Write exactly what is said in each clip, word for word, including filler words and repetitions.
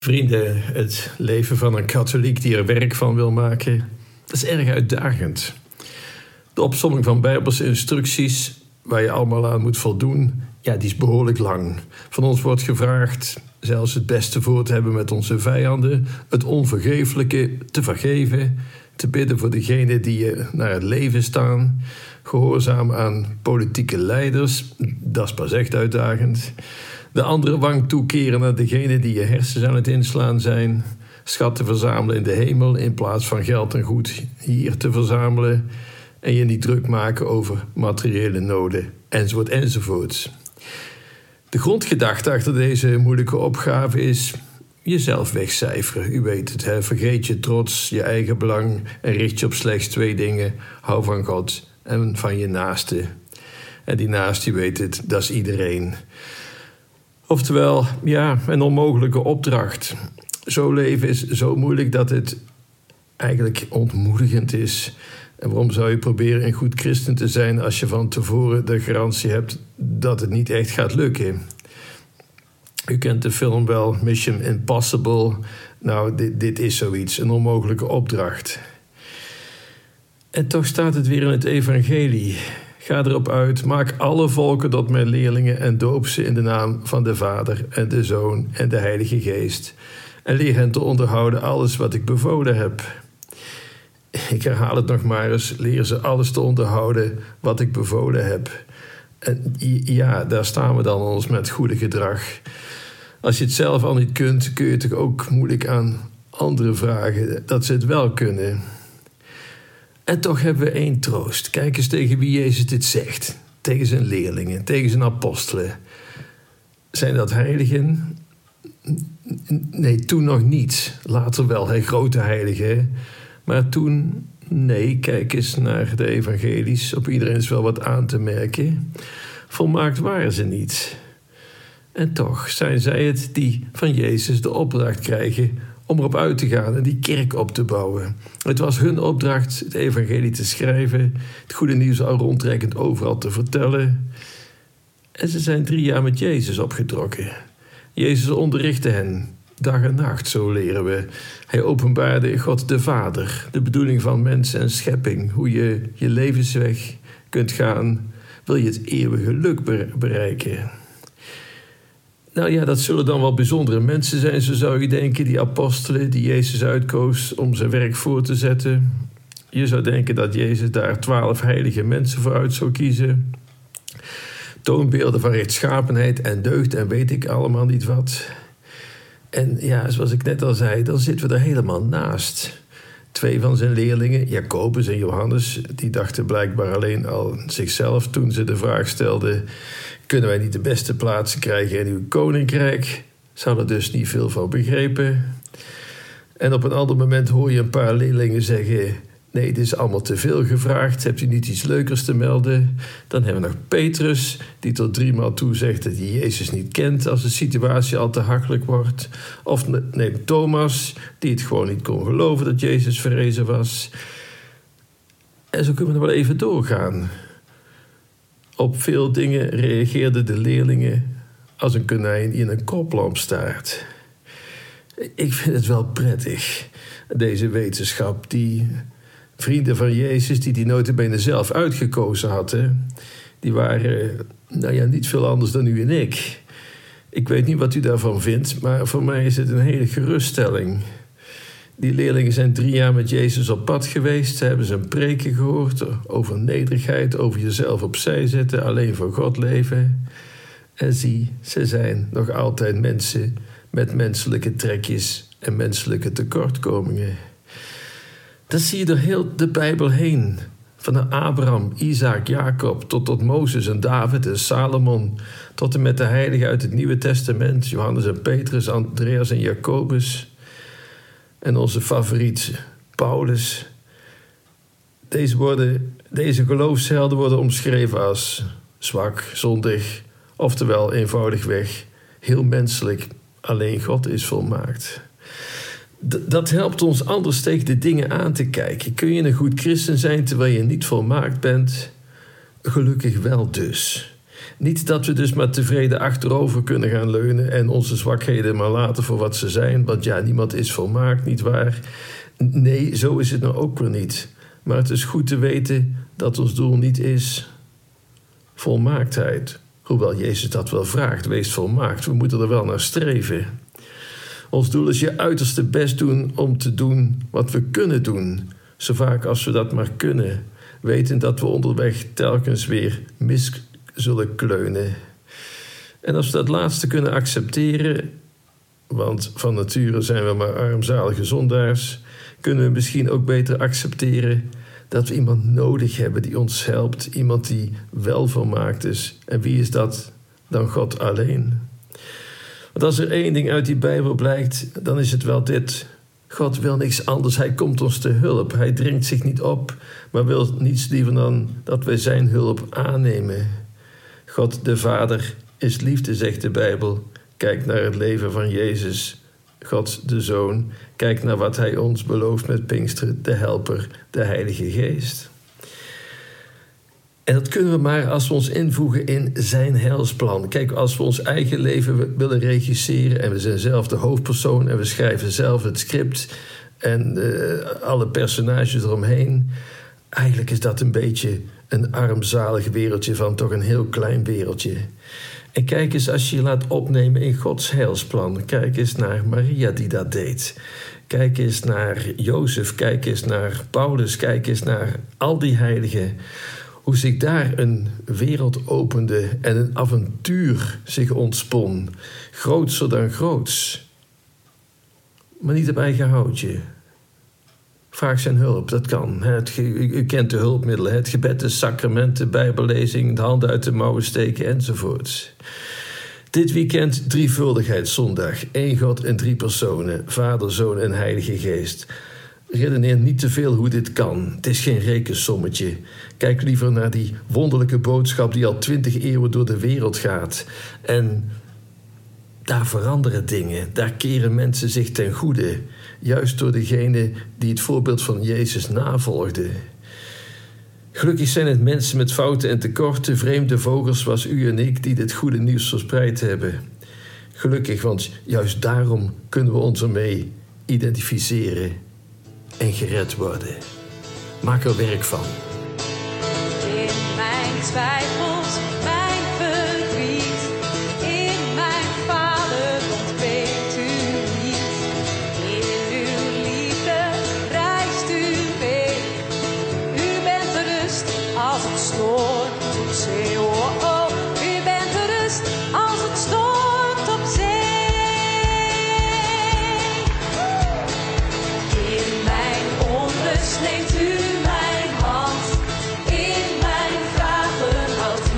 Vrienden, het leven van een katholiek die er werk van wil maken, dat is erg uitdagend. De opsomming van bijbelse instructies waar je allemaal aan moet voldoen, ja, die is behoorlijk lang. Van ons wordt gevraagd zelfs het beste voor te hebben met onze vijanden, het onvergeeflijke te vergeven, te bidden voor degenen die je naar het leven staan, gehoorzaam aan politieke leiders, dat is pas echt uitdagend. De andere wang toekeren naar degenen die je hersens aan het inslaan zijn, schatten verzamelen in de hemel in plaats van geld en goed hier te verzamelen en je niet druk maken over materiële noden, enzovoort enzovoort. De grondgedachte achter deze moeilijke opgave is jezelf wegcijferen. U weet het, hè? Vergeet je trots, je eigen belang en richt je op slechts twee dingen. Hou van God en van je naaste. En die naaste, u weet het, dat is iedereen. Oftewel, ja, een onmogelijke opdracht. Zo leven is zo moeilijk dat het eigenlijk ontmoedigend is. En waarom zou je proberen een goed christen te zijn als je van tevoren de garantie hebt dat het niet echt gaat lukken? U kent de film wel, Mission Impossible. Nou, dit, dit is zoiets, een onmogelijke opdracht. En toch staat het weer in het evangelie. Ga erop uit, maak alle volken tot mijn leerlingen en doop ze in de naam van de Vader en de Zoon en de Heilige Geest. En leer hen te onderhouden alles wat ik bevolen heb. Ik herhaal het nog maar eens, leer ze alles te onderhouden wat ik bevolen heb. En ja, daar staan we dan ons met goede gedrag. Als je het zelf al niet kunt, kun je het toch ook moeilijk aan anderen vragen dat ze het wel kunnen. En toch hebben we één troost. Kijk eens tegen wie Jezus dit zegt. Tegen zijn leerlingen, tegen zijn apostelen. Zijn dat heiligen? Nee, toen nog niet. Later wel, hè, grote heiligen. Maar toen, nee, kijk eens naar de evangelies. Op iedereen is wel wat aan te merken. Volmaakt waren ze niet. En toch zijn zij het die van Jezus de opdracht krijgen om erop uit te gaan en die kerk op te bouwen. Het was hun opdracht het evangelie te schrijven, het goede nieuws al rondrekkend overal te vertellen. En ze zijn drie jaar met Jezus opgetrokken. Jezus onderrichtte hen, dag en nacht, zo leren we. Hij openbaarde God de Vader, de bedoeling van mens en schepping, hoe je je levensweg kunt gaan, wil je het eeuwige geluk bereiken. Nou ja, dat zullen dan wel bijzondere mensen zijn, zo zou je denken, die apostelen die Jezus uitkoos om zijn werk voor te zetten. Je zou denken dat Jezus daar twaalf heilige mensen voor uit zou kiezen. Toonbeelden van rechtschapenheid en deugd en weet ik allemaal niet wat. En ja, zoals ik net al zei, dan zitten we er helemaal naast. Twee van zijn leerlingen, Jacobus en Johannes, die dachten blijkbaar alleen al zichzelf toen ze de vraag stelden: kunnen wij niet de beste plaatsen krijgen in uw koninkrijk? Ze hadden dus niet veel van begrepen. En op een ander moment hoor je een paar leerlingen zeggen: nee, dit is allemaal te veel gevraagd. Hebt u niet iets leukers te melden? Dan hebben we nog Petrus, die tot driemaal toe zegt dat hij Jezus niet kent als de situatie al te hachelijk wordt. Of neem Thomas, die het gewoon niet kon geloven dat Jezus verrezen was. En zo kunnen we nog wel even doorgaan. Op veel dingen reageerden de leerlingen als een konijn die in een koplamp staart. Ik vind het wel prettig, deze wetenschap, die vrienden van Jezus, die die nota bene zelf uitgekozen hadden, die waren nou ja, niet veel anders dan u en ik. Ik weet niet wat u daarvan vindt, maar voor mij is het een hele geruststelling. Die leerlingen zijn drie jaar met Jezus op pad geweest. Ze hebben zijn preken gehoord over nederigheid, over jezelf opzij zetten, alleen voor God leven. En zie, ze zijn nog altijd mensen met menselijke trekjes en menselijke tekortkomingen. Dat zie je door heel de Bijbel heen. Van Abraham, Isaac, Jacob, tot tot Mozes en David en Salomon, tot en met de heiligen uit het Nieuwe Testament, Johannes en Petrus, Andreas en Jacobus. En onze favoriet, Paulus. Deze, worden, deze geloofshelden worden omschreven als zwak, zondig, oftewel eenvoudigweg heel menselijk. Alleen God is volmaakt. D- dat helpt ons anders tegen de dingen aan te kijken. Kun je een goed christen zijn terwijl je niet volmaakt bent? Gelukkig wel dus. Niet dat we dus maar tevreden achterover kunnen gaan leunen en onze zwakheden maar laten voor wat ze zijn, want ja, niemand is volmaakt, nietwaar? Nee, zo is het nou ook weer niet. Maar het is goed te weten dat ons doel niet is volmaaktheid. Hoewel Jezus dat wel vraagt, wees volmaakt. We moeten er wel naar streven. Ons doel is je uiterste best doen om te doen wat we kunnen doen. Zo vaak als we dat maar kunnen. Weten dat we onderweg telkens weer mis zullen kleunen. En als we dat laatste kunnen accepteren, want van nature zijn we maar armzalige zondaars, kunnen we misschien ook beter accepteren dat we iemand nodig hebben die ons helpt. Iemand die wel volmaakt is. En wie is dat dan God alleen? Want als er één ding uit die Bijbel blijkt, dan is het wel dit. God wil niks anders. Hij komt ons te hulp. Hij dringt zich niet op, maar wil niets liever dan dat wij zijn hulp aannemen. God de Vader is liefde, zegt de Bijbel. Kijk naar het leven van Jezus, God de Zoon. Kijk naar wat hij ons belooft met Pinksteren, de Helper, de Heilige Geest. En dat kunnen we maar als we ons invoegen in zijn heilsplan. Kijk, als we ons eigen leven willen regisseren en we zijn zelf de hoofdpersoon en we schrijven zelf het script en uh, alle personages eromheen. Eigenlijk is dat een beetje een armzalig wereldje van toch een heel klein wereldje. En kijk eens als je je laat opnemen in Gods heilsplan. Kijk eens naar Maria die dat deed. Kijk eens naar Jozef, kijk eens naar Paulus, kijk eens naar al die heiligen. Hoe zich daar een wereld opende en een avontuur zich ontspon. Grootser dan groots. Maar niet op eigen houtje. Vraag zijn hulp, dat kan. Het, u, u kent de hulpmiddelen. Het gebed, de sacramenten, bijbellezing, de handen uit de mouwen steken enzovoorts. Dit weekend drievuldigheidszondag. Eén God en drie personen. Vader, Zoon en Heilige Geest. Redeneer niet te veel hoe dit kan. Het is geen rekensommetje. Kijk liever naar die wonderlijke boodschap die al twintig eeuwen door de wereld gaat. En daar veranderen dingen. Daar keren mensen zich ten goede. Juist door degene die het voorbeeld van Jezus navolgden. Gelukkig zijn het mensen met fouten en tekorten, vreemde vogels zoals u en ik, die dit goede nieuws verspreid hebben. Gelukkig, want juist daarom kunnen we ons ermee identificeren en gered worden. Maak er werk van. In mijn twijfels, mijn verdriet, in mijn vaderland weet u niet. In uw liefde reist u mee. U bent de rust als het stormt op zee. Oh, oh. U bent de rust als het stormt op zee. In mijn onrust neemt u mijn hand. In mijn vragen houdt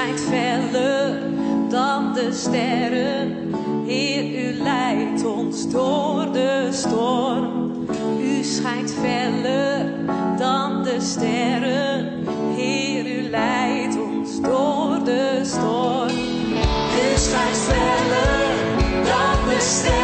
schijnt feller dan de sterren. Heer, u leidt ons door de storm. U schijnt feller dan de sterren. Heer, u leidt ons door de storm. U schijnt feller dan de sterren.